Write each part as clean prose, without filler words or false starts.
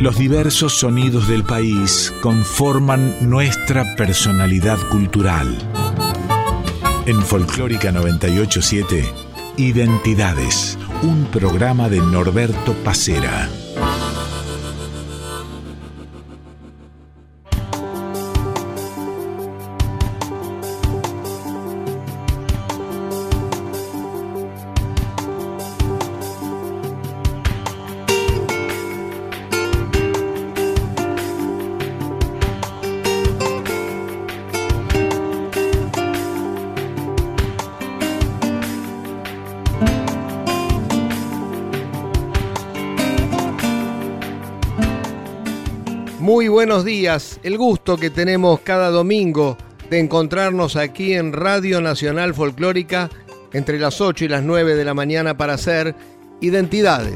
Los diversos sonidos del país conforman nuestra personalidad cultural. En Folclórica 98.7, Identidades, un programa de Norberto Pacera. Muy buenos días, el gusto que tenemos cada domingo de encontrarnos aquí en Radio Nacional Folclórica entre las 8 y las 9 de la mañana para hacer Identidades.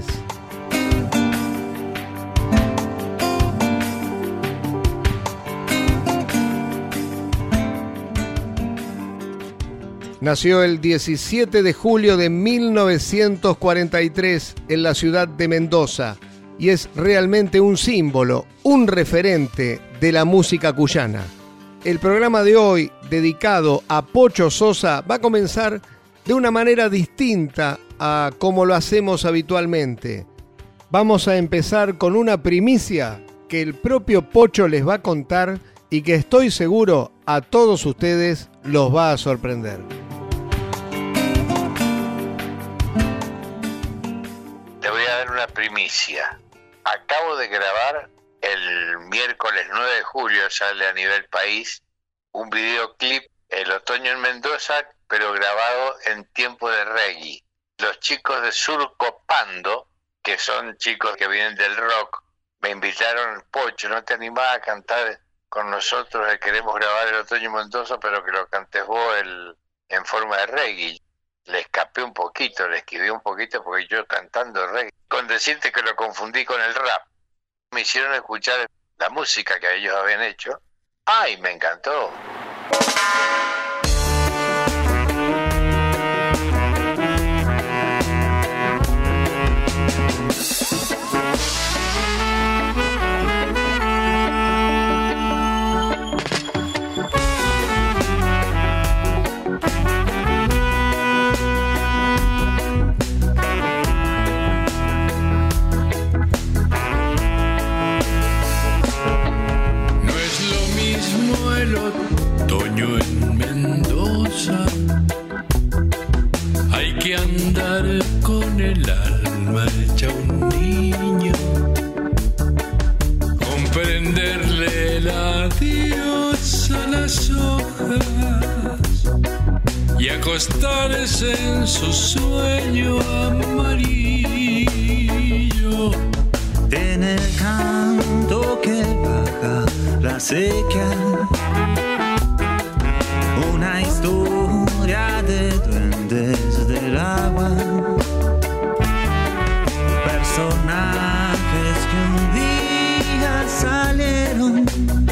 Nació el 17 de julio de 1943 en la ciudad de Mendoza y es realmente un símbolo, un referente de la música cuyana. El programa de hoy, dedicado a Pocho Sosa, va a comenzar de una manera distinta a como lo hacemos habitualmente. Vamos a empezar con una primicia que el propio Pocho les va a contar y que estoy seguro a todos ustedes los va a sorprender. Te voy a dar una primicia. Acabo de grabar el miércoles 9 de julio, sale a nivel país, un videoclip, El otoño en Mendoza, pero grabado en tiempo de reggae. Los chicos de Surco Pando, que son chicos que vienen del rock, me invitaron, Pocho, ¿no te animás a cantar con nosotros? Queremos grabar El otoño en Mendoza, pero que lo cantes vos en forma de reggae. Le escapé un poquito, le esquivé un poquito porque yo cantando reggae, con decirte que lo confundí con el rap. Me hicieron escuchar la música que ellos habían hecho. ¡Ay, me encantó! El otoño en Mendoza, hay que andar con el alma hecha un niño, comprenderle el adiós a las hojas y acostarse en su sueño amarillo. En el canto que baja la sequía, una historia de duendes del agua, personajes que un día salieron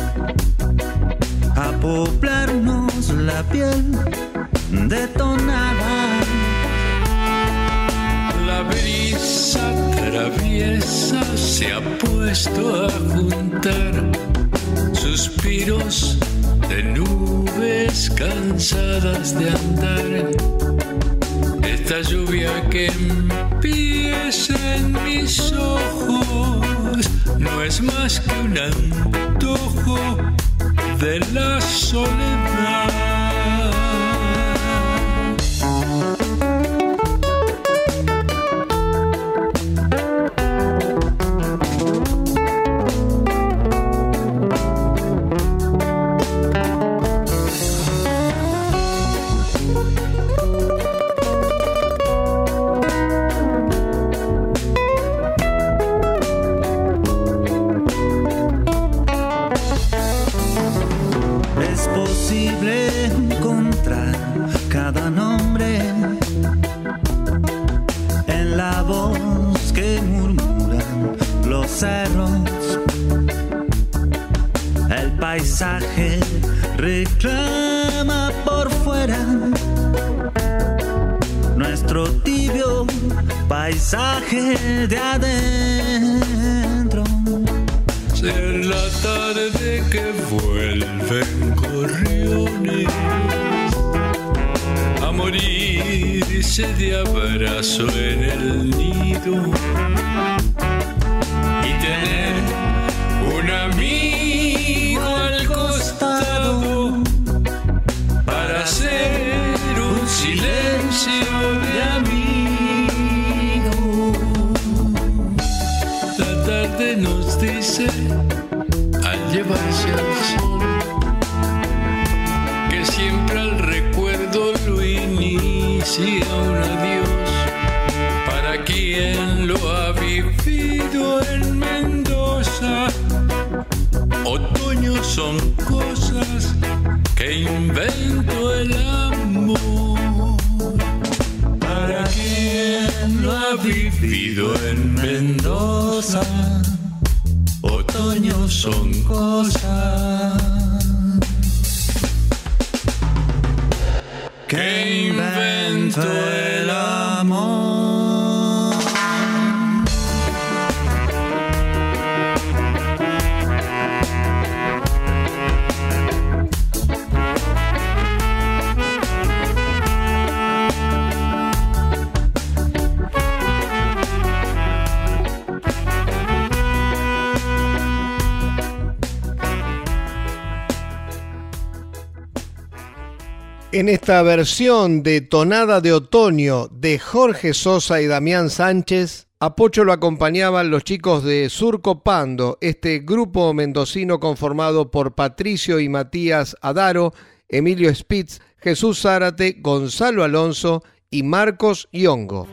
a poblarnos la piel detonada. La brisa traviesa se ha puesto a juntar suspiros de nubes cansadas de andar. Esta lluvia que empieza en mis ojos no es más que un antojo de la soledad. Paisaje reclama por fuera nuestro tibio paisaje de adentro. ser la tarde que vuelven gorriones a morirse de abrazo en el nido y tener un amigo al costado para hacer un silencio de amigo. La tarde nos dice al llevarse al sol que siempre al recuerdo lo inicia un adiós. Para quien lo ha vivido en Mendoza, otoño son cosas que inventó el amor. Para quien lo ha vivido en Mendoza, otoño son cosas que inventó el amor. En esta versión de Tonada de Otoño de Jorge Sosa y Damián Sánchez, a Pocho lo acompañaban los chicos de Surco Pando, este grupo mendocino conformado por Patricio y Matías Adaro, Emilio Spitz, Jesús Zárate, Gonzalo Alonso y Marcos Yongo.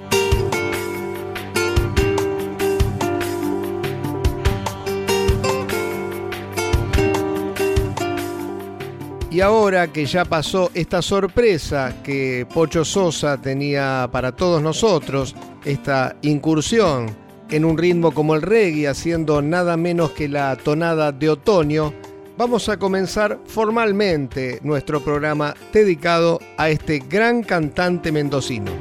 Y ahora que ya pasó esta sorpresa que Pocho Sosa tenía para todos nosotros, esta incursión en un ritmo como el reggae, haciendo nada menos que la tonada de otoño, vamos a comenzar formalmente nuestro programa dedicado a este gran cantante mendocino.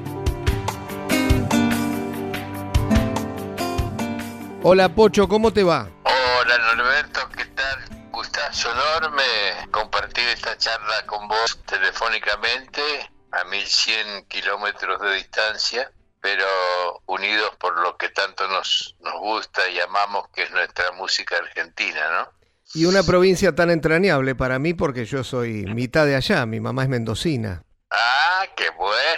Hola Pocho, ¿cómo te va? Hola Norberto, ¿qué tal? Gustazo enorme compartir esta charla con vos telefónicamente a 1100 kilómetros de distancia, pero unidos por lo que tanto nos gusta y amamos, que es nuestra música argentina, ¿no? Y una provincia tan entrañable para mí porque yo soy mitad de allá, mi mamá es mendocina. Ah, qué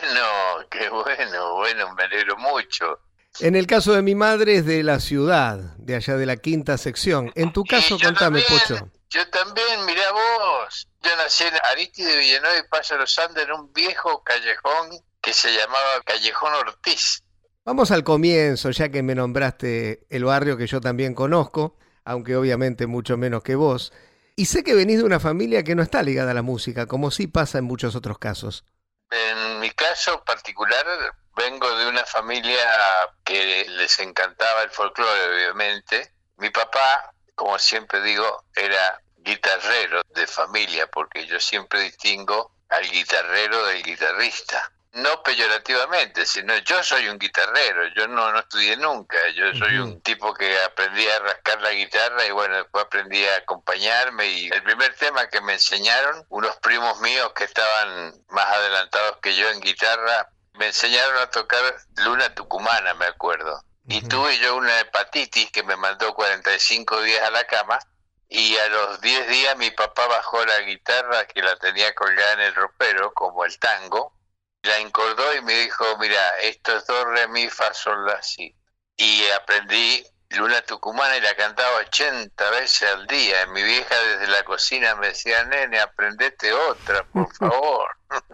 bueno, me alegro mucho. En el caso de mi madre es de la ciudad, de allá de la quinta sección. En tu caso, contame, también, Pocho. Yo también, mirá vos. Yo nací en Aristide Villanueva y Paso de los Andes, en un viejo callejón que se llamaba Callejón Ortiz. Vamos al comienzo, ya que me nombraste el barrio que yo también conozco, aunque obviamente mucho menos que vos. Y sé que venís de una familia que no está ligada a la música, como sí pasa en muchos otros casos. En mi caso particular, vengo de una familia que les encantaba el folclore, obviamente. Mi papá, como siempre digo, era guitarrero de familia, porque yo siempre distingo al guitarrero del guitarrista. No peyorativamente, sino yo soy un guitarrero, yo no estudié nunca, yo soy un tipo que aprendí a rascar la guitarra y bueno, después aprendí a acompañarme, y el primer tema que me enseñaron, unos primos míos que estaban más adelantados que yo en guitarra, me enseñaron a tocar Luna Tucumana, me acuerdo. Y tuve yo una hepatitis que me mandó 45 días a la cama, y a los 10 días mi papá bajó la guitarra que la tenía colgada en el ropero, como el tango, la encordó y me dijo, mira, esto es do, re, mi, fa, sol, la, si. Y aprendí Luna Tucumana y la cantaba 80 veces al día. Mi vieja desde la cocina me decía, nene, aprendete otra, por favor.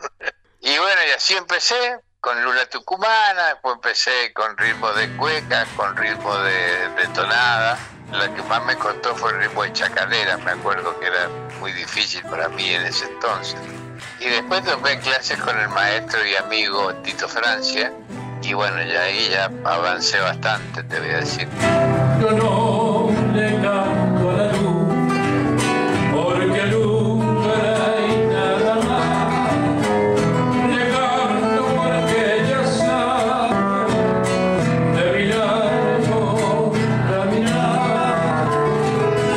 Y bueno, y así empecé con Luna Tucumana, después empecé con ritmo de cueca, con ritmo de tonada. La que más me costó fue el ritmo de chacarera, me acuerdo que era muy difícil para mí en ese entonces. Y después tomé clases con el maestro y amigo Tito Francia, y bueno, ya ahí ya avancé bastante, te voy a decir. Yo no le canto a la luz, porque alumbra y nada más. Le canto porque ella sabe de mi largo caminar.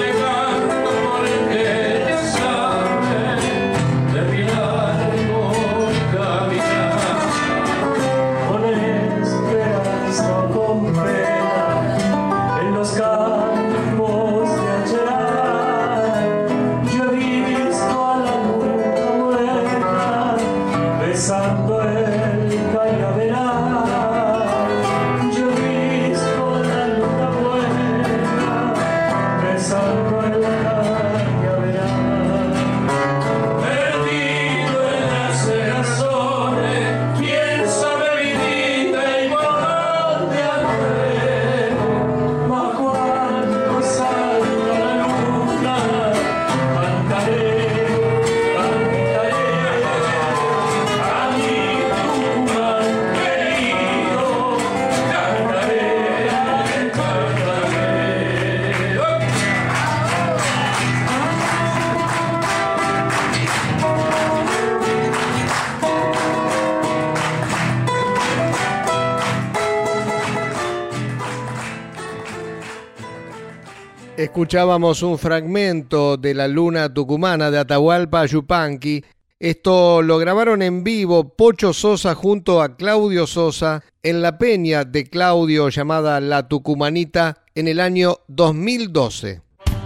Escuchábamos un fragmento de La Luna Tucumana de Atahualpa Yupanqui. Esto lo grabaron en vivo Pocho Sosa junto a Claudio Sosa en la peña de Claudio llamada La Tucumanita en el año 2012.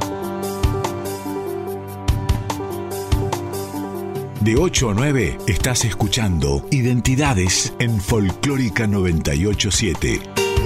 De 8 a 9 estás escuchando Identidades en Folclórica 987.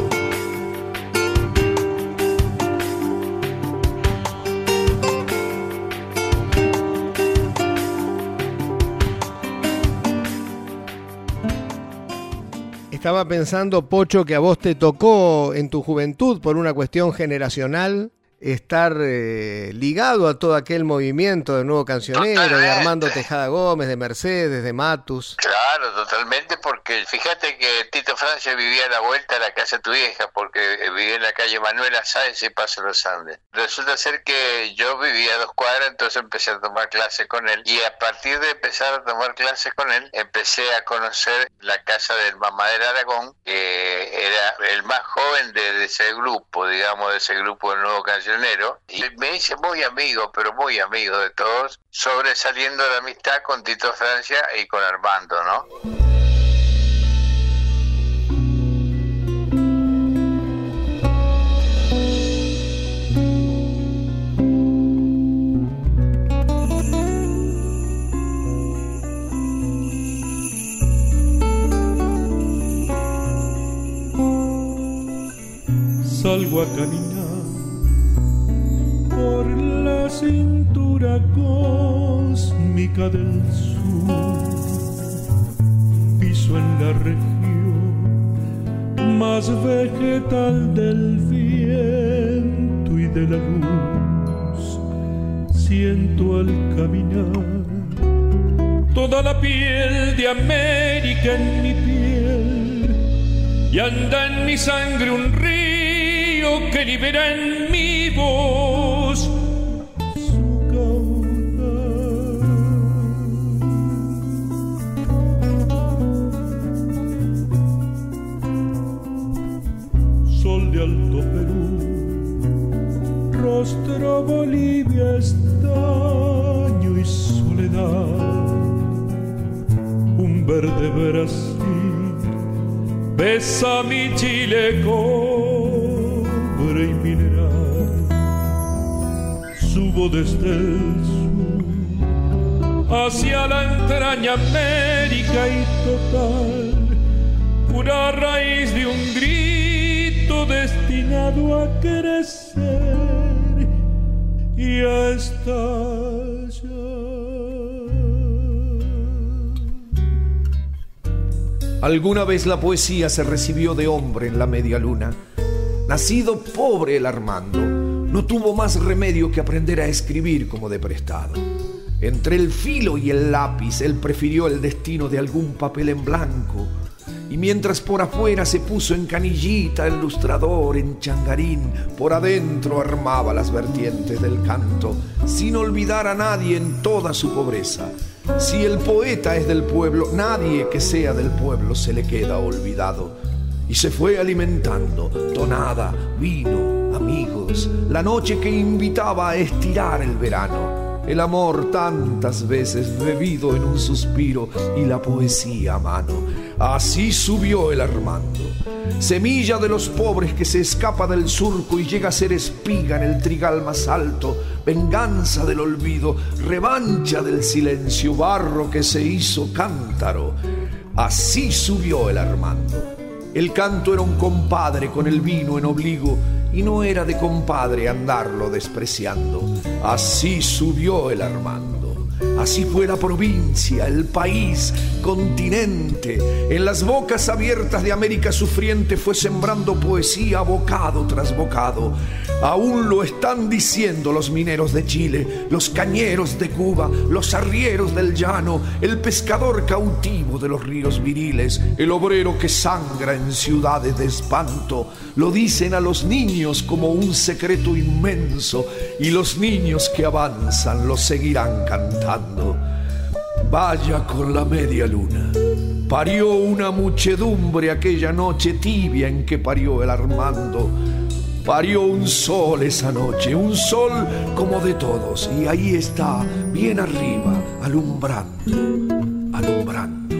Estaba pensando, Pocho, que a vos te tocó en tu juventud, por una cuestión generacional, estar ligado a todo aquel movimiento de Nuevo Cancionero, Totalmente. de Armando Tejada Gómez, de Mercedes, de Matus. Claro, totalmente, porque fíjate que Tito Francia vivía a la vuelta de la casa de tu vieja, porque vivía en la calle Manuela Sáenz y Paso Los Andes. Resulta ser que yo vivía a 2 cuadras, entonces empecé a tomar clases con él, y a partir de empezar a tomar clases con él, empecé a conocer la casa del Mamadera Aragón, que era el más joven de ese grupo, digamos, de ese grupo de Nuevo Cancionero, y me hice muy amigo, pero muy amigo de todos, sobresaliendo la amistad con Tito Francia y con Armando, ¿no? Salgo a caminar por la cintura cósmica del sur, piso en la región más vegetal del viento y de la luz. Siento al caminar toda la piel de América en mi piel, y anda en mi sangre un río que libera en mi voz su caudal. Sol de Alto Perú, rostro Bolivia, estaño y soledad, un verde Brasil besa mi Chile, cobre y mineral. Subo desde el sur hacia la entraña América y total, pura raíz de un grito destinado a crecer y a estallar. Alguna vez la poesía se recibió de hombre en la media luna. Nacido pobre el Armando, no tuvo más remedio que aprender a escribir como de prestado. Entre el filo y el lápiz, él prefirió el destino de algún papel en blanco. Y mientras por afuera se puso en canillita, el lustrador en changarín, por adentro armaba las vertientes del canto, sin olvidar a nadie en toda su pobreza. Si el poeta es del pueblo, nadie que sea del pueblo se le queda olvidado. Y se fue alimentando tonada, vino, amigos, la noche que invitaba a estirar el verano, el amor tantas veces bebido en un suspiro y la poesía a mano. Así subió el Armando, semilla de los pobres que se escapa del surco y llega a ser espiga en el trigal más alto, venganza del olvido, revancha del silencio, barro que se hizo cántaro. Así subió el Armando. El canto era un compadre con el vino en obligo, y no era de compadre andarlo despreciando. Así subió el Armando. Así fue la provincia, el país, continente. En las bocas abiertas de América sufriente fue sembrando poesía bocado tras bocado. Aún lo están diciendo los mineros de Chile, los cañeros de Cuba, los arrieros del llano, el pescador cautivo de los ríos viriles, el obrero que sangra en ciudades de espanto. Lo dicen a los niños como un secreto inmenso, y los niños que avanzan lo seguirán cantando. Vaya con la media luna, parió una muchedumbre aquella noche tibia en que parió el Armando. parió un sol esa noche, un sol como de todos, y ahí está, bien arriba, alumbrando, alumbrando.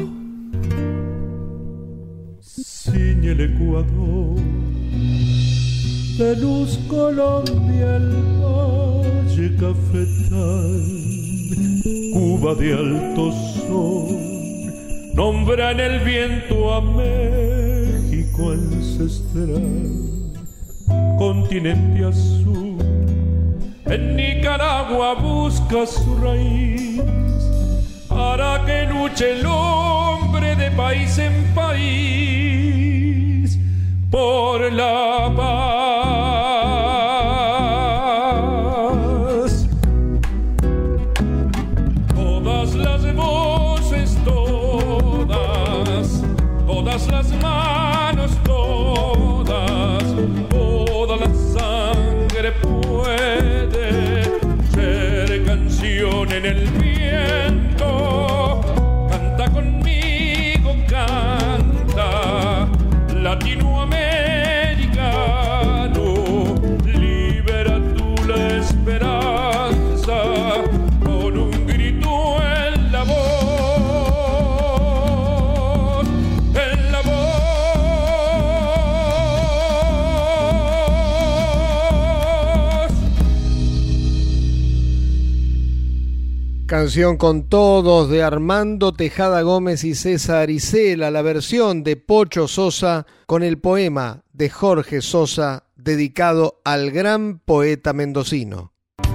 Ciñe el Ecuador de luz Colombia, el valle cafetal, Cuba de alto sol, nombra en el viento a México ancestral. Continente azul, en Nicaragua busca su raíz, para que luche el hombre de país en país por la paz. Todas las voces, todas las manos, toda la sangre puede ser canción en el viento. Canta conmigo, canta, latinoamericano, libera tú la esperanza con un grito en la voz, en la voz. Canción con todos de Armando Tejada Gómez y César Isela, la versión de Pocho Sosa con el poema de Jorge Sosa dedicado al gran poeta mendocino.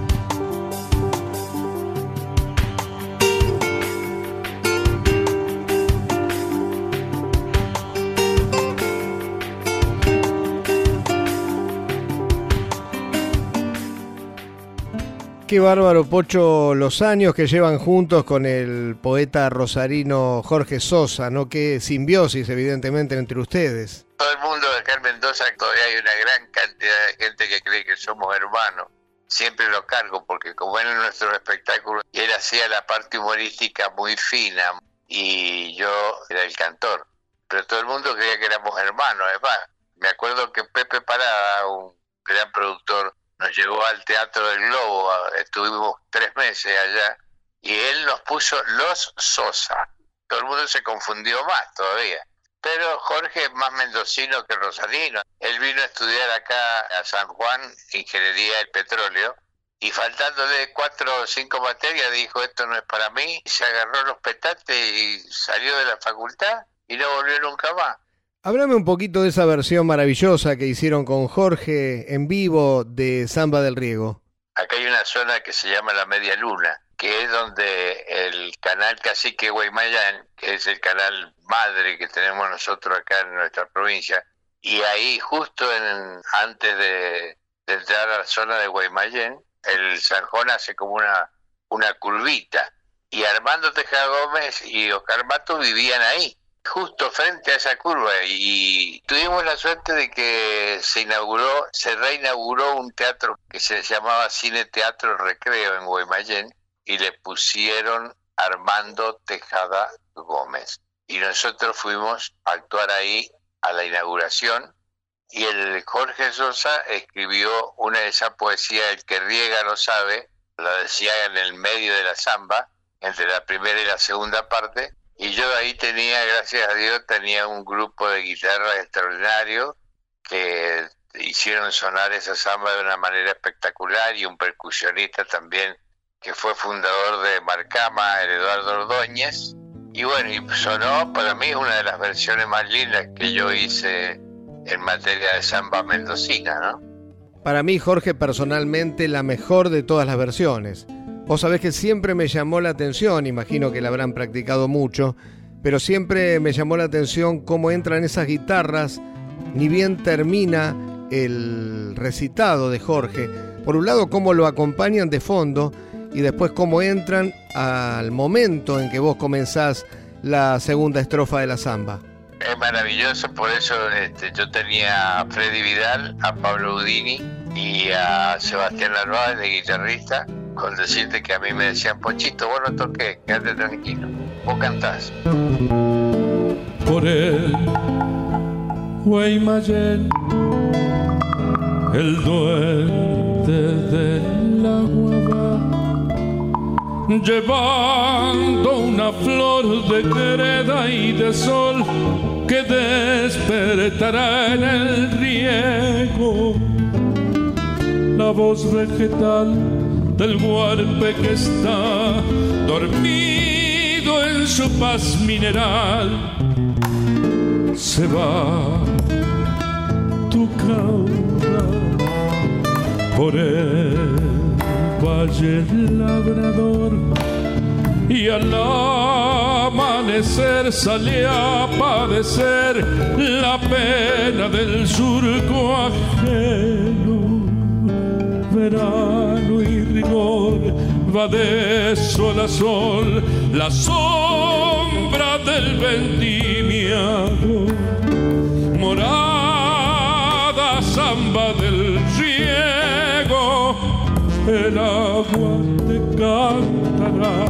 Qué bárbaro, Pocho, los años que llevan juntos con el poeta rosarino Jorge Sosa, ¿no? Qué simbiosis, evidentemente, entre ustedes. Todo el mundo de acá en Mendoza, todavía hay una gran cantidad de gente que cree que somos hermanos. Siempre lo cargo, porque como en nuestro espectáculo, él hacía la parte humorística muy fina y yo era el cantor. Pero todo el mundo creía que éramos hermanos. Es más, me acuerdo que Pepe Parada, un gran productor, nos llevó al Teatro del Globo, estuvimos 3 meses allá, y él nos puso Los Sosa. Todo el mundo se confundió más todavía. Pero Jorge es más mendocino que rosarino. Él vino a estudiar acá a San Juan, Ingeniería del Petróleo, y faltándole 4 o 5 materias dijo, esto no es para mí, y se agarró los petates y salió de la facultad y no volvió nunca más. Háblame un poquito de esa versión maravillosa que hicieron con Jorge en vivo de Samba del Riego. Acá hay una zona que se llama la Media Luna, que es donde el canal Cacique Guaymallén, que es el canal madre que tenemos nosotros acá en nuestra provincia, y ahí justo antes de entrar a la zona de Guaymallén, el Sanjón hace como una curvita, y Armando Tejada Gómez y Oscar Matos vivían ahí, justo frente a esa curva, y tuvimos la suerte de que se reinauguró un teatro que se llamaba Cine Teatro Recreo en Guaymallén, y le pusieron Armando Tejada Gómez. Y nosotros fuimos a actuar ahí a la inauguración, y el Jorge Sosa escribió una de esas poesías, El que riega lo sabe, la decía en el medio de la samba, entre la primera y la segunda parte, y yo ahí gracias a Dios, tenía un grupo de guitarras extraordinario que hicieron sonar esa samba de una manera espectacular, y un percusionista también que fue fundador de Marcama, el Eduardo Ordóñez, y bueno, y sonó, para mí, una de las versiones más lindas que yo hice en materia de samba mendocina, ¿no? Para mí, Jorge, personalmente, la mejor de todas las versiones. Vos sabés que siempre me llamó la atención, imagino que la habrán practicado mucho, pero siempre me llamó la atención cómo entran esas guitarras, ni bien termina el recitado de Jorge. Por un lado, cómo lo acompañan de fondo, y después cómo entran al momento en que vos comenzás la segunda estrofa de la samba. Es maravilloso, por eso yo tenía a Freddy Vidal, a Pablo Udini y a Sebastián Narváez de guitarrista, con decirte que a mí me decían, Pochito, vos no toques, quédate tranquilo, vos cantás. Por el Guaymallén, el duende del agua va, llevando una flor de greda y de sol que despertará en el riego la voz vegetal del huarpe que está dormido en su paz mineral. Se va tu cauda por el valle labrador y al amanecer sale a padecer la pena del surco ajeno. Verano y rigor va de sol a sol, la sombra del vendimiado, morada zamba del riego, el agua te cantará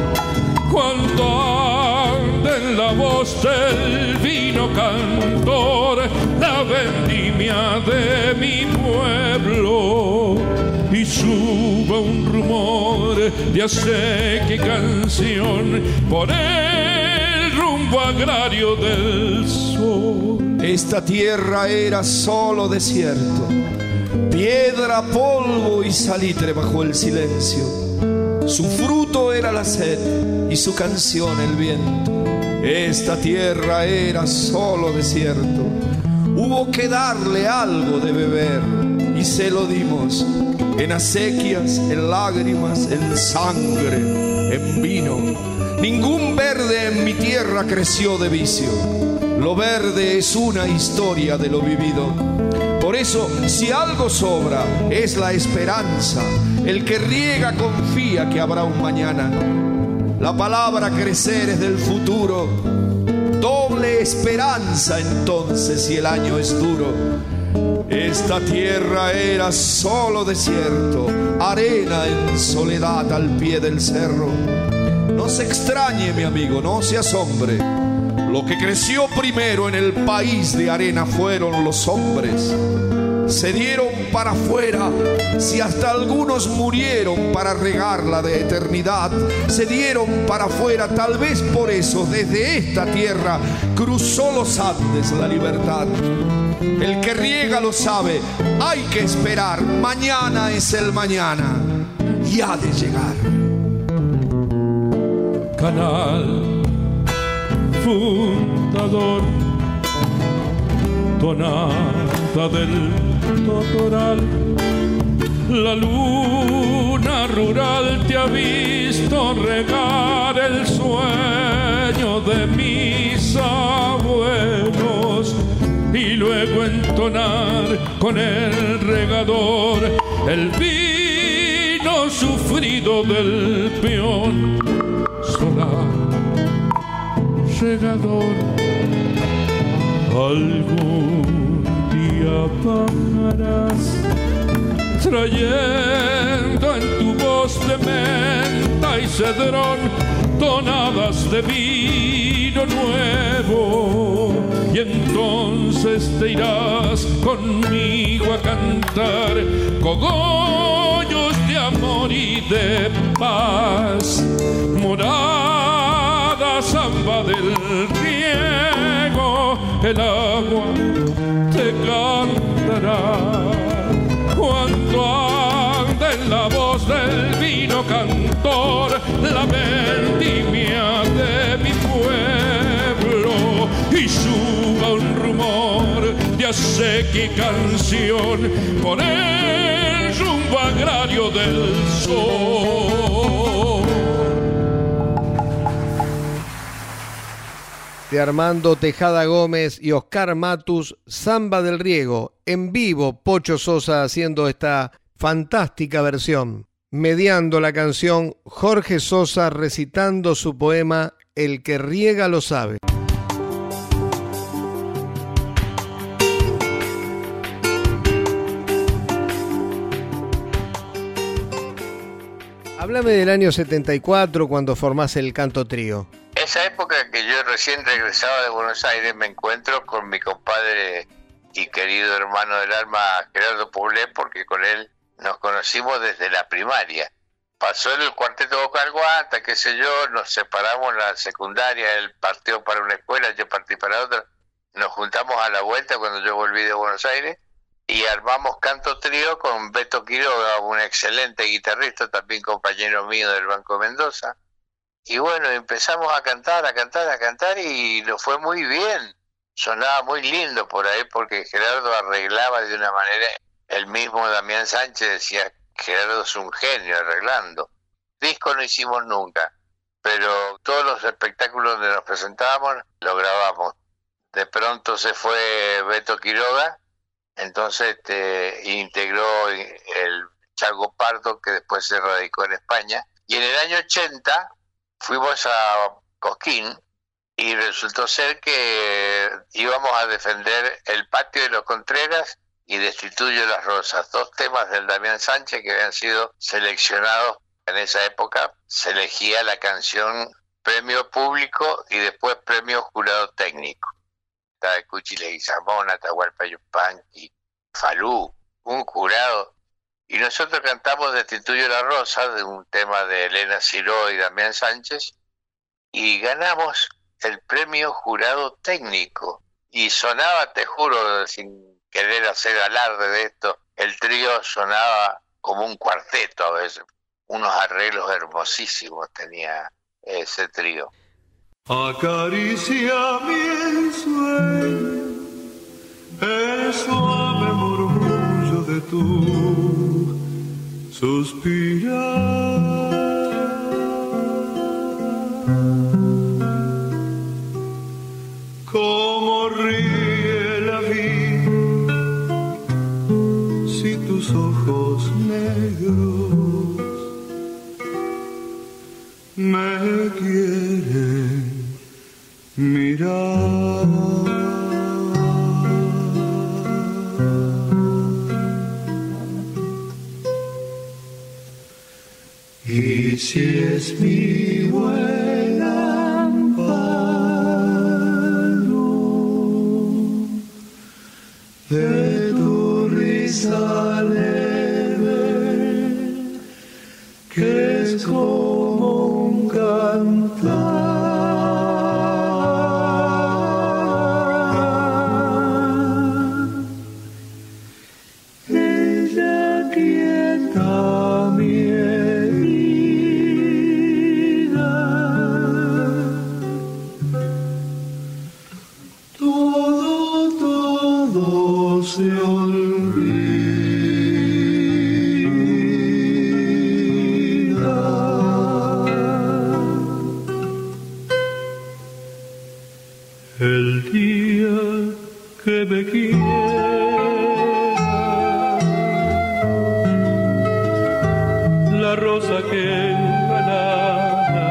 cuando ande en la voz del vino cantor la vendimia de mi pueblo y suba un rumor de acequia y canción por el rumbo agrario del sol. Esta tierra era solo desierto, piedra, polvo y salitre bajo el silencio. Su fruto era la sed y su canción el viento. Esta tierra era solo desierto. Hubo que darle algo de beber y se lo dimos en acequias, en lágrimas, en sangre, en vino. Ningún verde en mi tierra creció de vicio. Lo verde es una historia de lo vivido. Por eso, si algo sobra, es la esperanza. El que riega confía que habrá un mañana. La palabra crecer es del futuro. Doble esperanza entonces si el año es duro. Esta tierra era solo desierto, arena en soledad al pie del cerro. No se extrañe, mi amigo, no se asombre. Lo que creció primero en el país de arena fueron los hombres. Se dieron para afuera, si hasta algunos murieron para regarla de eternidad. Se dieron para afuera, tal vez por eso desde esta tierra cruzó los Andes la libertad. El que riega lo sabe, hay que esperar, mañana es el mañana y ha de llegar. Canal fundador, tonada del totoral, la luna rural te ha visto regar el sueño de mis abuelos y luego entonar con el regador el vino sufrido del peón. Solar, regador, algún día bajarás trayendo en tu voz de menta y cedrón tonadas de vino nuevo, y entonces te irás conmigo a cantar cogollos de amor y de paz. Morada zamba del riego, el agua te cantará cuando ande en la voz del vino cantor la vendimia de mi pueblo y suba un rumor de acequia y canción por el rumbo agrario del sol. De Armando Tejada Gómez y Oscar Matus, Zamba del Riego, en vivo Pocho Sosa haciendo esta fantástica versión. Mediando la canción, Jorge Sosa recitando su poema El que riega lo sabe. Háblame del año 74 cuando formás el Canto Trío. Esa época que yo recién regresaba de Buenos Aires me encuentro con mi compadre y querido hermano del alma Gerardo Poblé, porque con él nos conocimos desde la primaria. Pasó el cuarteto vocal Guanta, qué sé yo, nos separamos en la secundaria, él partió para una escuela, yo partí para otra, nos juntamos a la vuelta cuando yo volví de Buenos Aires y armamos Canto Trío con Beto Quiroga, un excelente guitarrista, también compañero mío del Banco Mendoza. Y bueno, empezamos a cantar y nos fue muy bien. Sonaba muy lindo por ahí porque Gerardo arreglaba de una manera. El mismo Damián Sánchez decía, Gerardo es un genio arreglando. Disco no hicimos nunca, pero todos los espectáculos donde nos presentábamos lo grabamos. De pronto se fue Beto Quiroga, entonces integró el Chago Pardo, que después se radicó en España. Y en el año 80 fuimos a Cosquín y resultó ser que íbamos a defender El Patio de los Contreras y Destituyo las Rosas, 2 temas del Damián Sánchez que habían sido seleccionados. En esa época se elegía la canción premio público y después premio jurado técnico. Estaba Cuchi Leguizamón, Atahualpa Yupanqui, Falú, un jurado. Y nosotros cantamos Destituyo la Rosa, de un tema de Elena Ciró y Damián Sánchez, y ganamos el premio jurado técnico. Y sonaba, te juro, sin querer hacer alarde de esto, el trío sonaba como un cuarteto a veces. Unos arreglos hermosísimos tenía ese trío. Acaricia mi sueño, el suave murmullo de tu suspirar. Cómo ríe la vida si tus ojos negros me quieren mirar. Y si es mi buen amparo de tu risa leve, que es como un cantar, ella quieta mi herida, todo se olvida. El día que me quiera, la rosa que engalana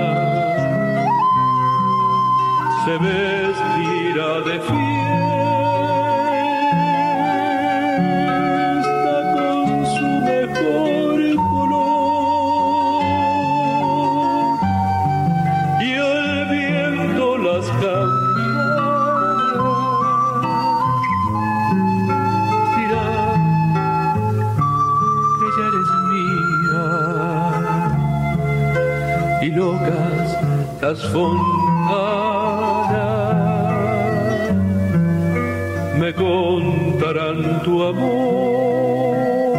se vestirá de fiesta con su mejor color, y el viento las y locas las fontanas me contarán tu amor.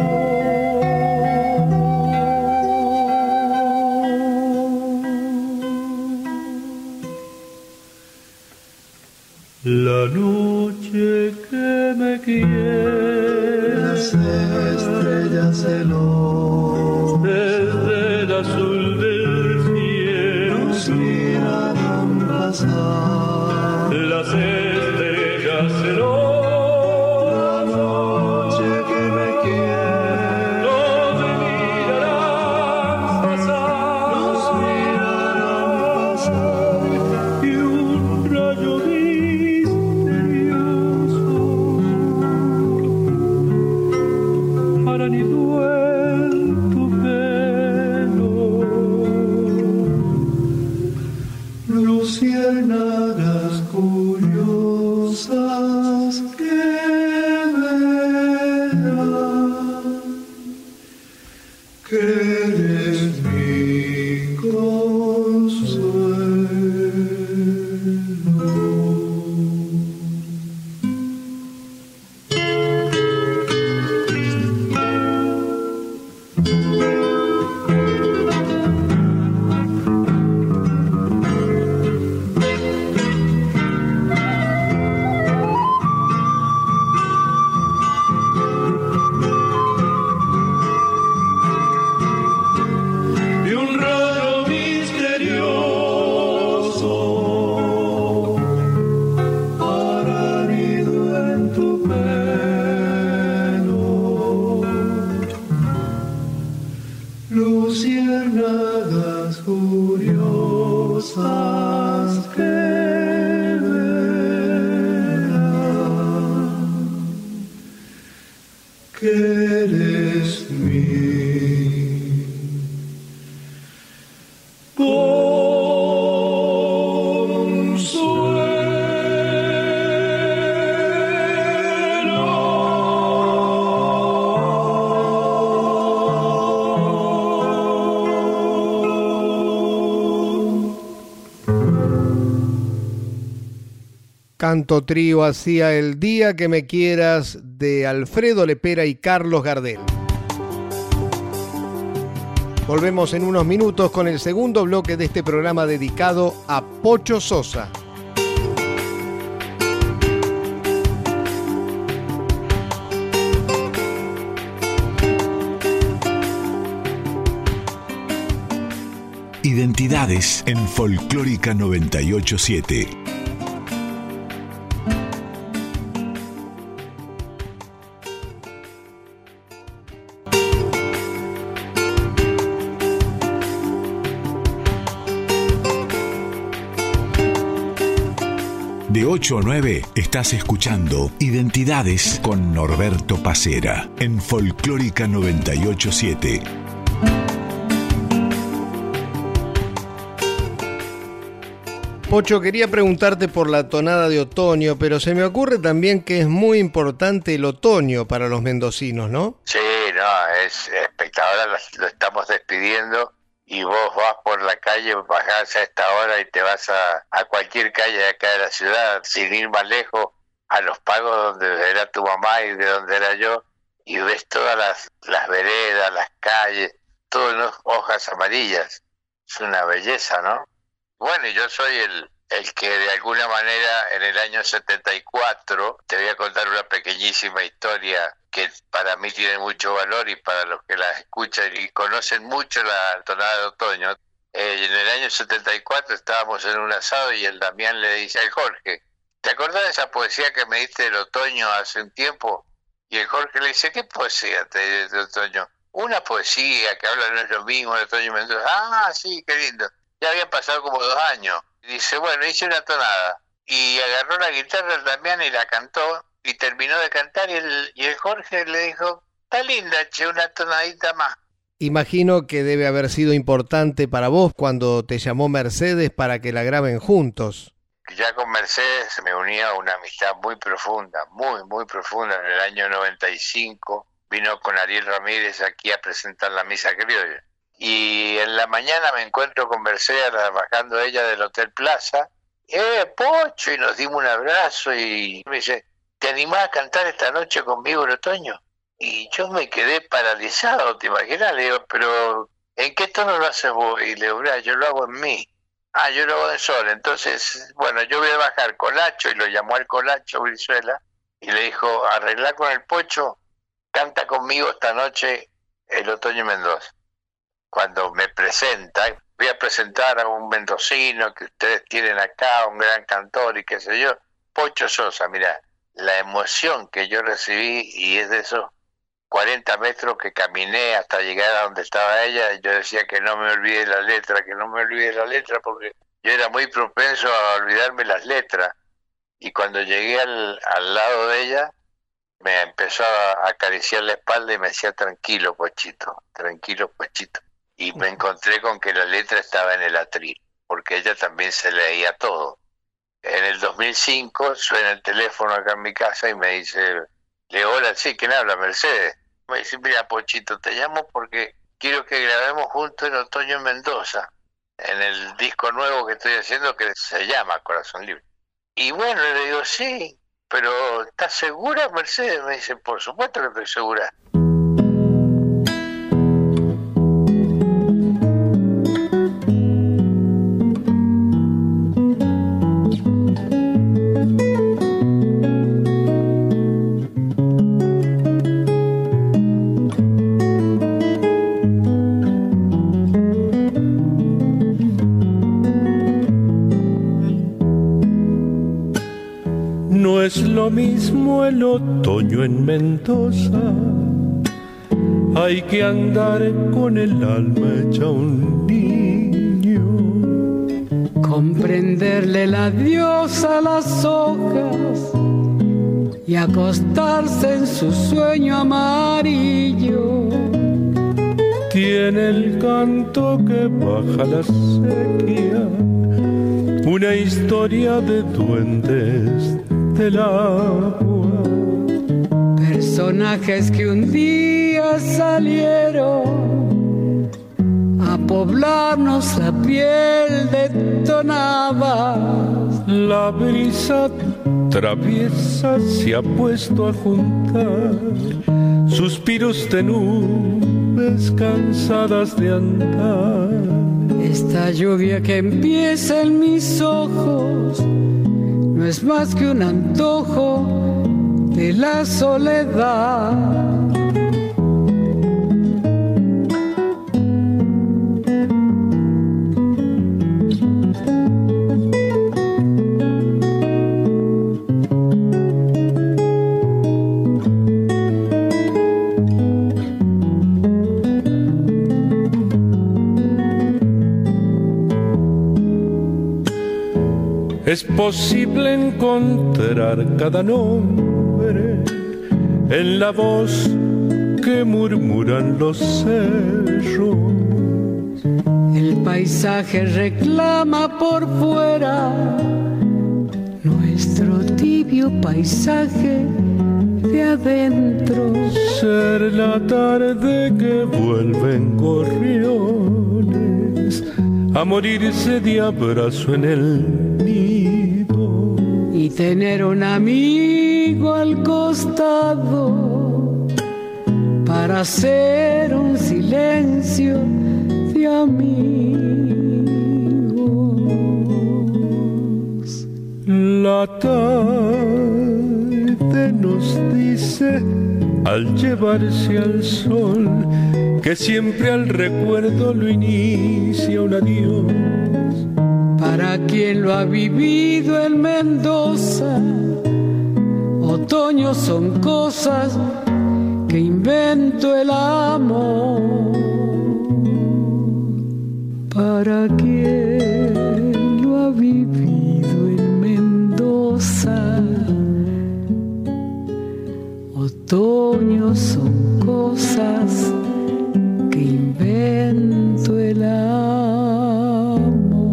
La noche que me quiere, las estrellas celosas desde el azul del cielo nos mirarán pasar. Las estrellas celosas, la noche que me quiere, nos mirarán pasar, nos mirarán pasar, y un rayo misterioso que eres mi consuelo. Luciérnagas curiosas que verán que eres mi Canto trío hacía El día que me quieras de Alfredo Lepera y Carlos Gardel. Volvemos en unos minutos con el segundo bloque de este programa dedicado a Pocho Sosa. Identidades en Folclórica 987. De 8 a 9 estás escuchando Identidades con Norberto Pacera en Folclórica 987. Pocho, quería preguntarte por la tonada de otoño, pero se me ocurre también que es muy importante el otoño para los mendocinos, ¿no? Sí, no, es espectacular, lo estamos despidiendo. Y vos vas por la calle, bajás a esta hora y te vas a cualquier calle de acá de la ciudad, sin ir más lejos, a Los Pagos, donde era tu mamá y de donde era yo, y ves todas las veredas, las calles, todas hojas amarillas. Es una belleza, ¿no? Bueno, yo soy el que de alguna manera en el año 74, te voy a contar una pequeñísima historia que para mí tiene mucho valor y para los que la escuchan y conocen mucho la tonada de otoño. En el año 74 estábamos en un asado y el Damián le dice al Jorge, ¿te acordás de esa poesía que me diste del otoño hace un tiempo? Y el Jorge le dice, ¿qué poesía te di de otoño? Una poesía que habla no es lo mismo de otoño y Mendoza. Ah, sí, qué lindo. Ya habían pasado como 2 años. Y dice, bueno, hice una tonada. Y agarró la guitarra el Damián y la cantó. Y terminó de cantar y el Jorge le dijo, está linda, che, una tonadita más. Imagino que debe haber sido importante para vos cuando te llamó Mercedes para que la graben juntos. Ya con Mercedes me unía a una amistad muy profunda, muy profunda. En el año 95 vino con Ariel Ramírez aquí a presentar la Misa Criolla. Y en la mañana me encuentro con Mercedes bajando ella del Hotel Plaza. Pocho, y nos dimos un abrazo y me dice, ¿te animás a cantar esta noche conmigo en otoño? Y yo me quedé paralizado, ¿te imaginas? Le digo, pero ¿en qué tono lo haces vos? Y le digo, yo lo hago en mí. Ah, yo lo hago en sol. Entonces, bueno, yo voy a bajar Colacho, y lo llamó al Colacho Brizuela, y le dijo, arreglá con el Pocho, canta conmigo esta noche el Otoño Mendoza. Cuando me presenta, voy a presentar a un mendocino que ustedes tienen acá, un gran cantor y qué sé yo, Pocho Sosa. Mirá, la emoción que yo recibí, y es de esos 40 metros que caminé hasta llegar a donde estaba ella, y yo decía que no me olvide la letra, porque yo era muy propenso a olvidarme las letras. Y cuando llegué al lado de ella, me empezó a acariciar la espalda y me decía, tranquilo, Pochito. Y me encontré con que la letra estaba en el atril, porque ella también se leía todo. En el 2005 suena el teléfono acá en mi casa y me dice, Le digo, hola, sí, ¿quién habla? Mercedes. Me dice, mira, Pochito, te llamo porque quiero que grabemos juntos en Otoño en Mendoza, en el disco nuevo que estoy haciendo que se llama Corazón Libre. Y bueno, le digo, sí, pero ¿estás segura, Mercedes? Me dice, por supuesto que estoy segura. No es lo mismo el otoño en Mendoza, hay que andar con el alma hecha un niño, comprenderle el adiós a las hojas y acostarse en su sueño amarillo. Tiene el canto que baja la sequía, una historia de duendes del agua, personajes que un día salieron a poblarnos la piel de tonabas. La brisa traviesa se ha puesto a juntar suspiros de nubes cansadas de andar. Esta lluvia que empieza en mis ojos no es más que un antojo de la soledad. Es posible encontrar cada nombre en la voz que murmuran los cerros. El paisaje reclama por fuera nuestro tibio paisaje de adentro. Ser la tarde que vuelven gorriones a morirse de abrazo en el nido y tener un amigo al costado para hacer un silencio de amigos. La tarde nos dice al llevarse al sol que siempre al recuerdo lo inicia un adiós. Para quien lo ha vivido en Mendoza, otoño son cosas que inventó el amor. Para quien lo ha vivido en Mendoza, otoño son cosas que inventó el amor.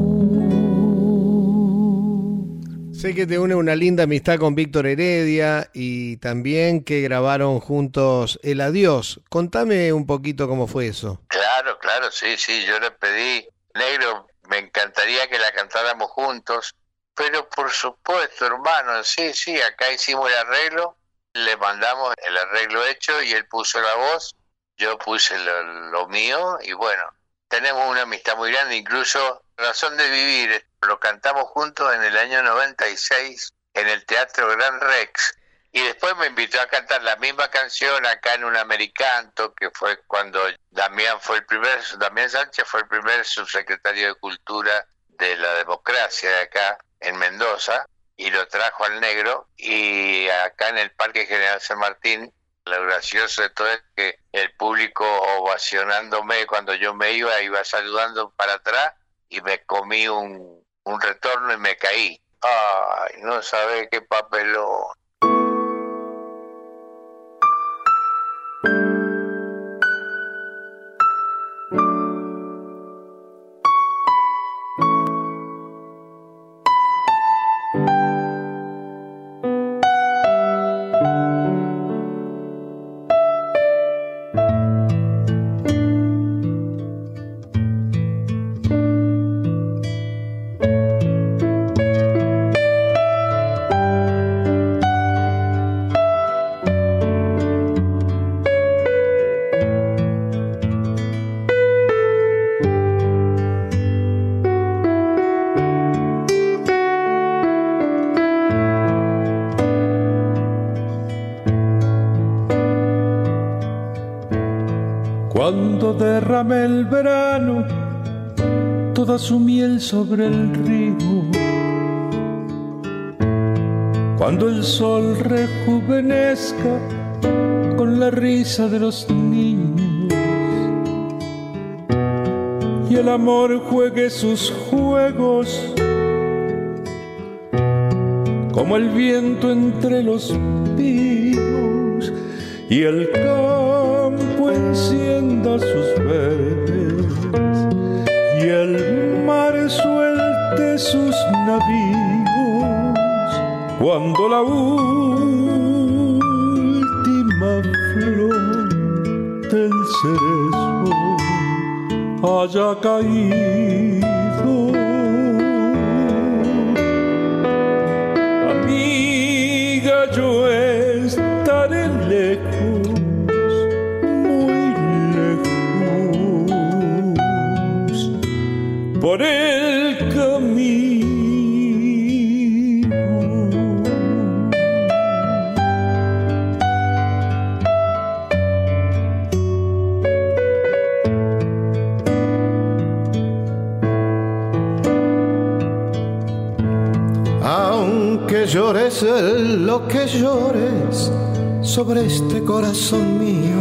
Sé que te une una linda amistad con Víctor Heredia y también que grabaron juntos El Adiós. Contame un poquito cómo fue eso. Claro, sí, yo le pedí, negro, me encantaría que la cantáramos juntos, pero por supuesto, hermano, sí, acá hicimos el arreglo, le mandamos el arreglo hecho y él puso la voz, yo puse lo mío y bueno, tenemos una amistad muy grande, incluso Razón de Vivir, lo cantamos juntos en el año 96 en el Teatro Gran Rex y después me invitó a cantar la misma canción acá en un Americanto, que fue cuando Damián Sánchez fue el primer subsecretario de Cultura de la democracia de acá en Mendoza y lo trajo al negro y acá en el Parque General San Martín. Lo gracioso de todo es que el público ovacionándome cuando yo me iba saludando para atrás y me comí un retorno y me caí. Ay, no sabe qué papelón. Cuando derrame el verano toda su miel sobre el río, cuando el sol rejuvenezca con la risa de los niños y el amor juegue sus juegos como el viento entre los pinos y el campo encienda sus verdes y el mar suelte sus navíos, cuando la última flor del cerezo haya caído. Amiga, yo estaré lejos, muy lejos, por el camino. Aunque llores lo que llores sobre este corazón mío,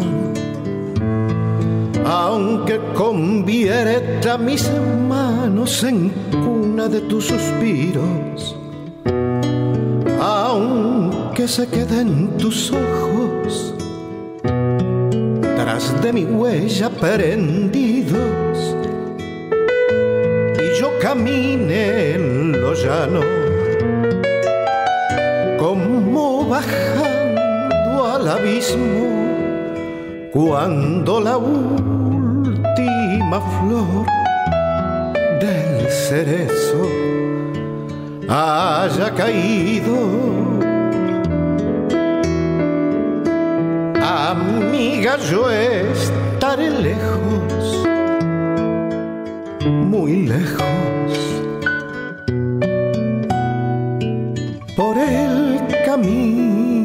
aunque convierta mis manos en cuna de tus suspiros, aunque se queden tus ojos tras de mi huella prendidos y yo camine en lo llano como bajando al abismo, cuando la última flor del cerezo haya caído. Amiga, yo estaré lejos, muy lejos, por el camino.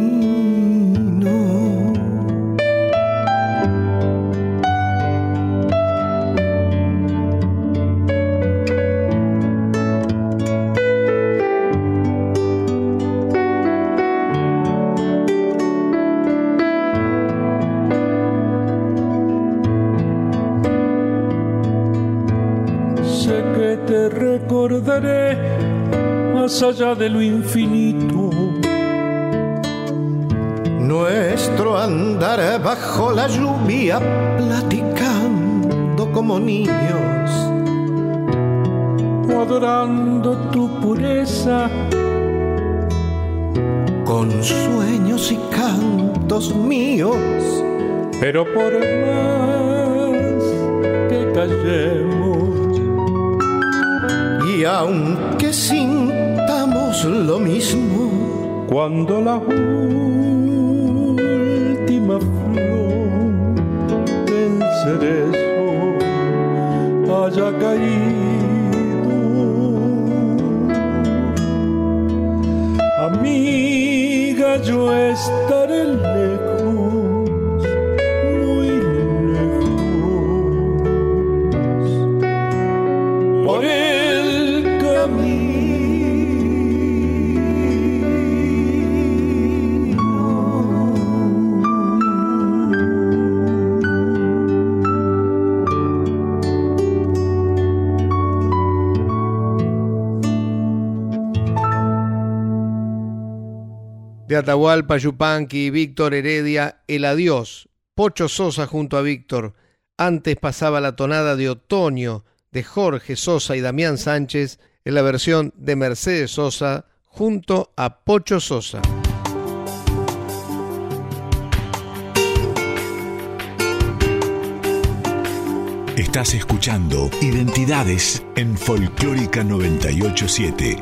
Sé que te recordaré más allá de lo infinito. Nuestro andar bajo la lluvia, platicando como niños, O adorando tu pureza, con sueños y cantos míos. pero por más que callemos, Y aunque sintamos lo mismo, cuando la última flor del cerezo haya caído, amiga, yo estaré lejos, muy lejos, por el camino. De Atahualpa Yupanqui, Víctor Heredia, El Adiós, Pocho Sosa junto a Víctor. Antes pasaba la tonada de Otoño de Jorge Sosa y Damián Sánchez en la versión de Mercedes Sosa junto a Pocho Sosa. Estás escuchando Identidades en Folclórica 987.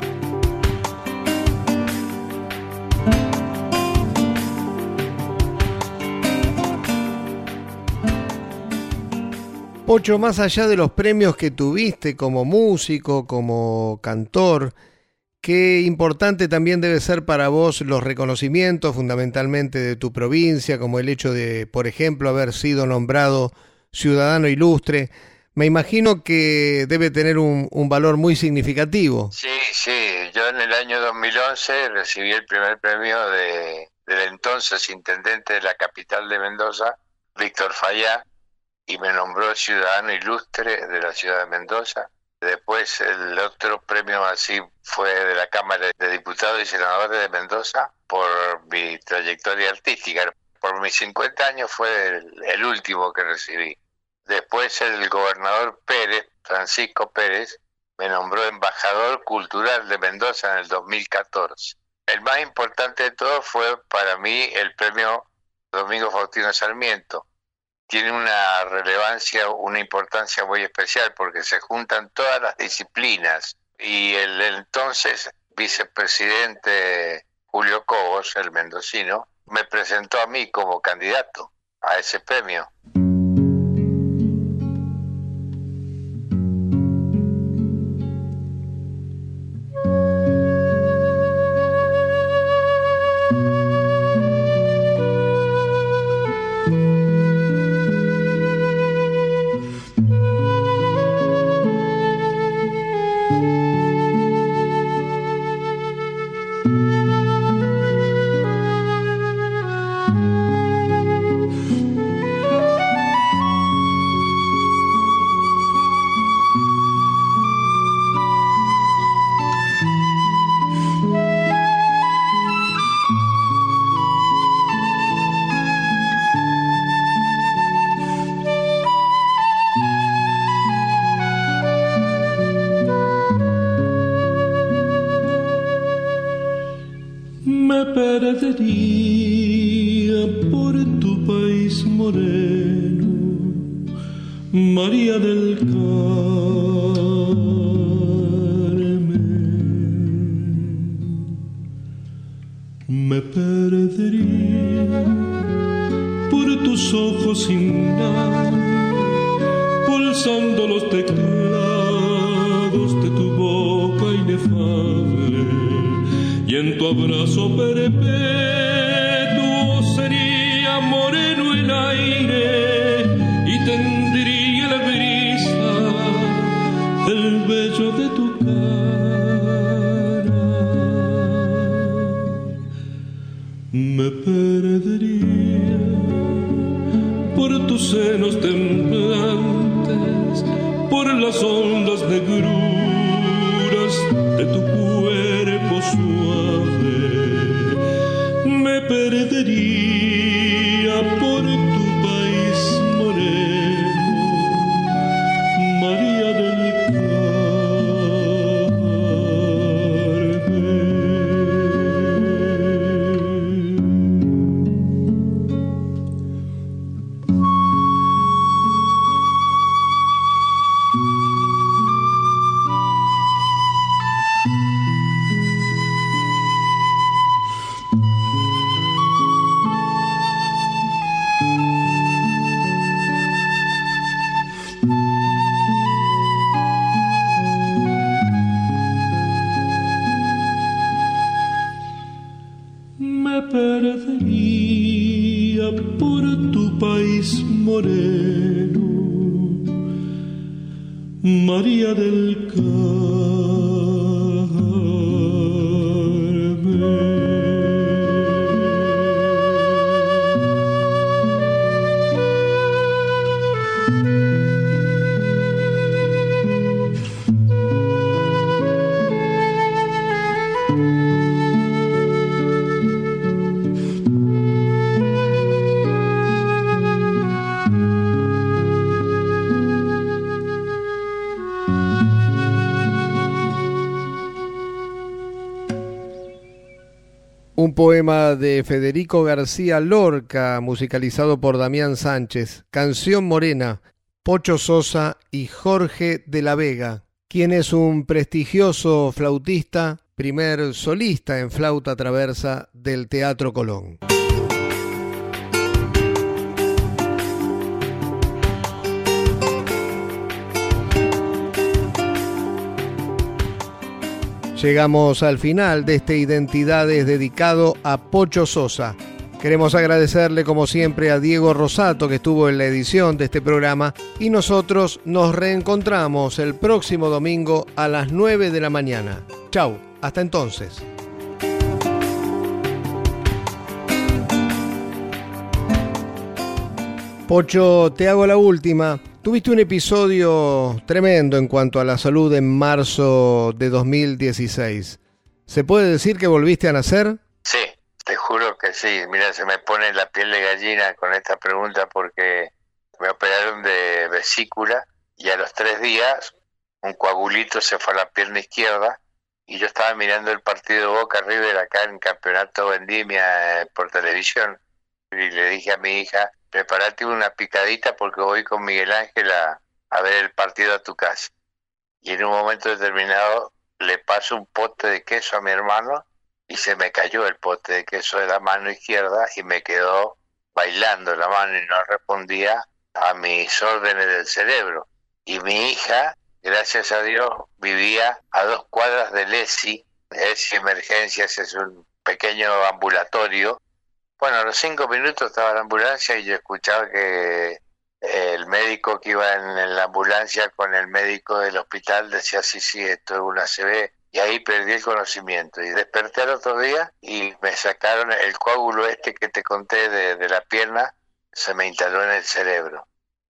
Pocho, más allá de los premios que tuviste como músico, como cantor, qué importante también debe ser para vos los reconocimientos fundamentalmente de tu provincia, como el hecho de, por ejemplo, haber sido nombrado ciudadano ilustre. Me imagino que debe tener un valor muy significativo. Sí, yo en el año 2011 recibí el primer premio del entonces intendente de la capital de Mendoza, Víctor Fayá, y me nombró ciudadano ilustre de la ciudad de Mendoza. Después el otro premio así fue de la Cámara de Diputados y Senadores de Mendoza por mi trayectoria artística. Por mis 50 años fue el último que recibí. Después el gobernador Pérez, Francisco Pérez, me nombró embajador cultural de Mendoza en el 2014. El más importante de todo fue para mí el premio Domingo Faustino Sarmiento. Tiene una relevancia, una importancia muy especial porque se juntan todas las disciplinas y el entonces vicepresidente Julio Cobos, el mendocino, me presentó a mí como candidato a ese premio. Perdería por tu país moreno, María del Carmen. Me perdería por tus ojos sin nada, pulsando los teclados de tu boca inefable, y en tu abrazo perpetuo sería moreno el aire y tendría la brisa del vello de tu cara. Me perdería por tus senos temblantes, por las ondas negruras de tu cuerpo suave. Me perdería por tu país moreno, María del perdería por tu país moreno, María del Un poema de Federico García Lorca, musicalizado por Damián Sánchez. Canción Morena, Pocho Sosa y Jorge de la Vega, quien es un prestigioso flautista, primer solista en flauta traversa del Teatro Colón. Llegamos al final de este Identidades dedicado a Pocho Sosa, Queremos agradecerle como siempre a Diego Rosato, que estuvo en la edición de este programa, y nosotros nos reencontramos el próximo domingo a las 9 de la mañana. Chau, hasta entonces. Pocho, te hago la última. Tuviste un episodio tremendo en cuanto a la salud en marzo de 2016. ¿Se puede decir que volviste a nacer? Sí, te juro que sí. Mira, se me pone la piel de gallina con esta pregunta porque me operaron de vesícula y a los 3 días un coagulito se fue a la pierna izquierda y yo estaba mirando el partido Boca River acá en Campeonato Vendimia por televisión y le dije a mi hija, prepárate una picadita porque voy con Miguel Ángel a ver el partido a tu casa. Y en un momento determinado le paso un pote de queso a mi hermano y se me cayó el pote de queso de la mano izquierda y me quedó bailando la mano y no respondía a mis órdenes del cerebro. Y mi hija, gracias a Dios, vivía a 2 cuadras del ESI. ESI Emergencias es un pequeño ambulatorio. Bueno, a los 5 minutos estaba en la ambulancia y yo escuchaba que el médico que iba en la ambulancia con el médico del hospital decía, sí, esto es una ACV, y ahí perdí el conocimiento. Y desperté al otro día y me sacaron el coágulo este que te conté de la pierna, se me instaló en el cerebro.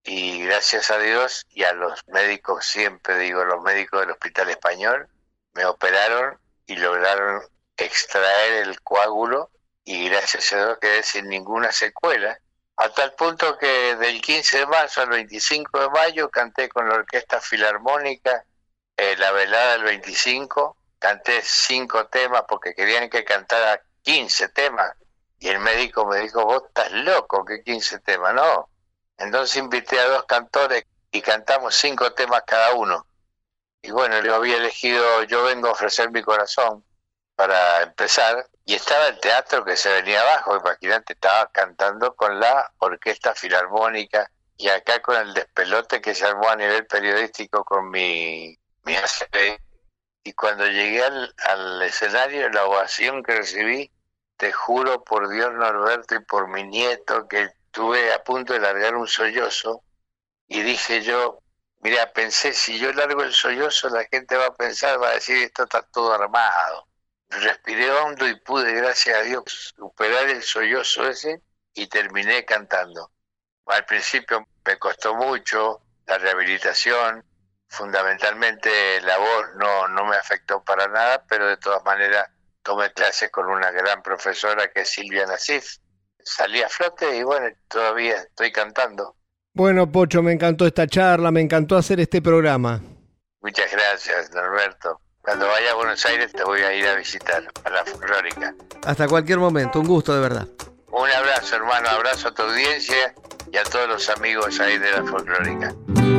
Y gracias a Dios y a los médicos, siempre digo, los médicos del Hospital Español, me operaron y lograron extraer el coágulo y gracias a Dios quedé sin ninguna secuela. A tal punto que del 15 de marzo al 25 de mayo canté con la Orquesta Filarmónica la velada del 25, canté 5 temas porque querían que cantara 15 temas y el médico me dijo, vos estás loco, ¿qué 15 temas? No. Entonces invité a 2 cantores y cantamos 5 temas cada uno. Y bueno, yo había elegido Yo vengo a ofrecer mi corazón para empezar, y estaba el teatro que se venía abajo, imagínate, estaba cantando con la Orquesta Filarmónica y acá con el despelote que se armó a nivel periodístico con mi ACV. Y cuando llegué al escenario, la ovación que recibí, te juro por Dios, Norberto, y por mi nieto, que estuve a punto de largar un sollozo, y dije yo, mira, pensé, si yo largo el sollozo, la gente va a pensar, va a decir, esto está todo armado. Respiré hondo y pude, gracias a Dios, superar el sollozo ese y terminé cantando. Al principio me costó mucho la rehabilitación, fundamentalmente la voz no me afectó para nada, pero de todas maneras tomé clases con una gran profesora que es Silvia Nasif. Salí a flote y bueno, todavía estoy cantando. Bueno, Pocho, me encantó esta charla, me encantó hacer este programa. Muchas gracias, Norberto. Cuando vaya a Buenos Aires te voy a ir a visitar a la Folclórica. Hasta cualquier momento, un gusto de verdad. Un abrazo, hermano, abrazo a tu audiencia y a todos los amigos ahí de la Folclórica.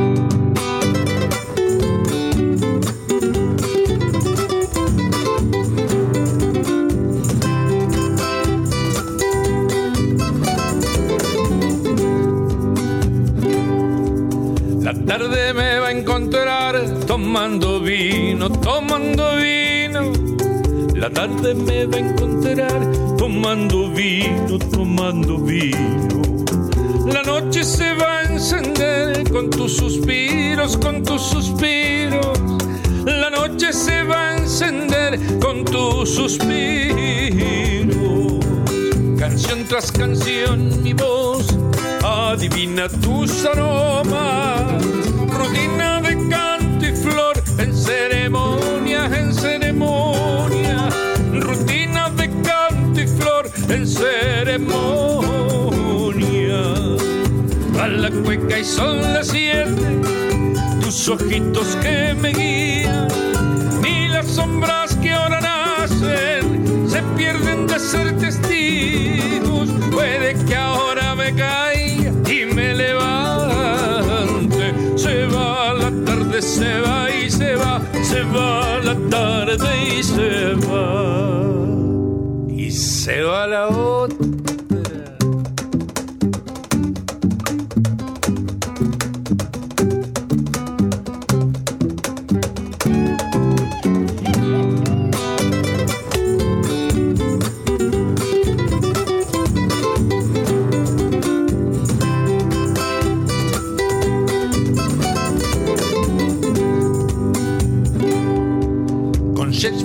La tarde me va a encontrar tomando vino. La tarde me va a encontrar tomando vino. La noche se va a encender con tus suspiros. La noche se va a encender con tus suspiros. Canción tras canción mi voz adivina tus aromas, rutina de canto y flor en ceremonia, rutina de canto y flor en ceremonia. A la cueca y son las 7, tus ojitos que me guían, ni las sombras que ahora nacen se pierden de ser testigos. Puede que ahora me caiga y me levante. Se va la tarde, se va y se va, se va la tarde y se va la otra.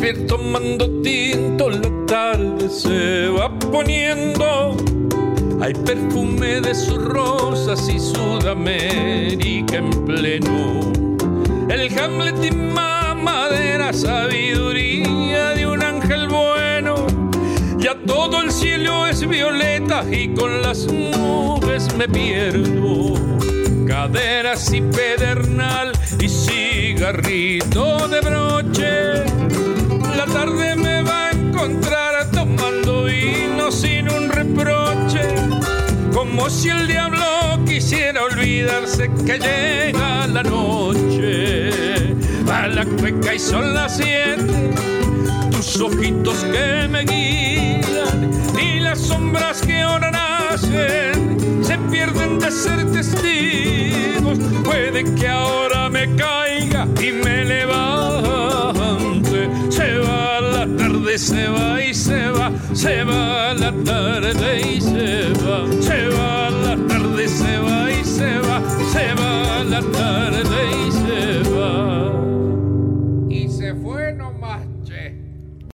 Shakespeare tomando tinto, la tarde se va poniendo. Hay perfume de sus rosas y Sudamérica en pleno. El Hamlet y mamadera, sabiduría de un ángel bueno. Ya todo el cielo es violeta y con las nubes me pierdo. Caderas y pedernal y cigarrito de broche. La tarde me va a encontrar tomando vino sin un reproche. Como si el diablo quisiera olvidarse que llega la noche. Va la cueca y son las 7. Tus ojitos que me guían y las sombras que ahora nacen se pierden de ser testigos. Puede que ahora me caiga y me levante. Se va la tarde, se va y se va. Se va la tarde y se va. Se va la tarde, se va y se va. Se va la tarde y se va. Y se fue nomás, che.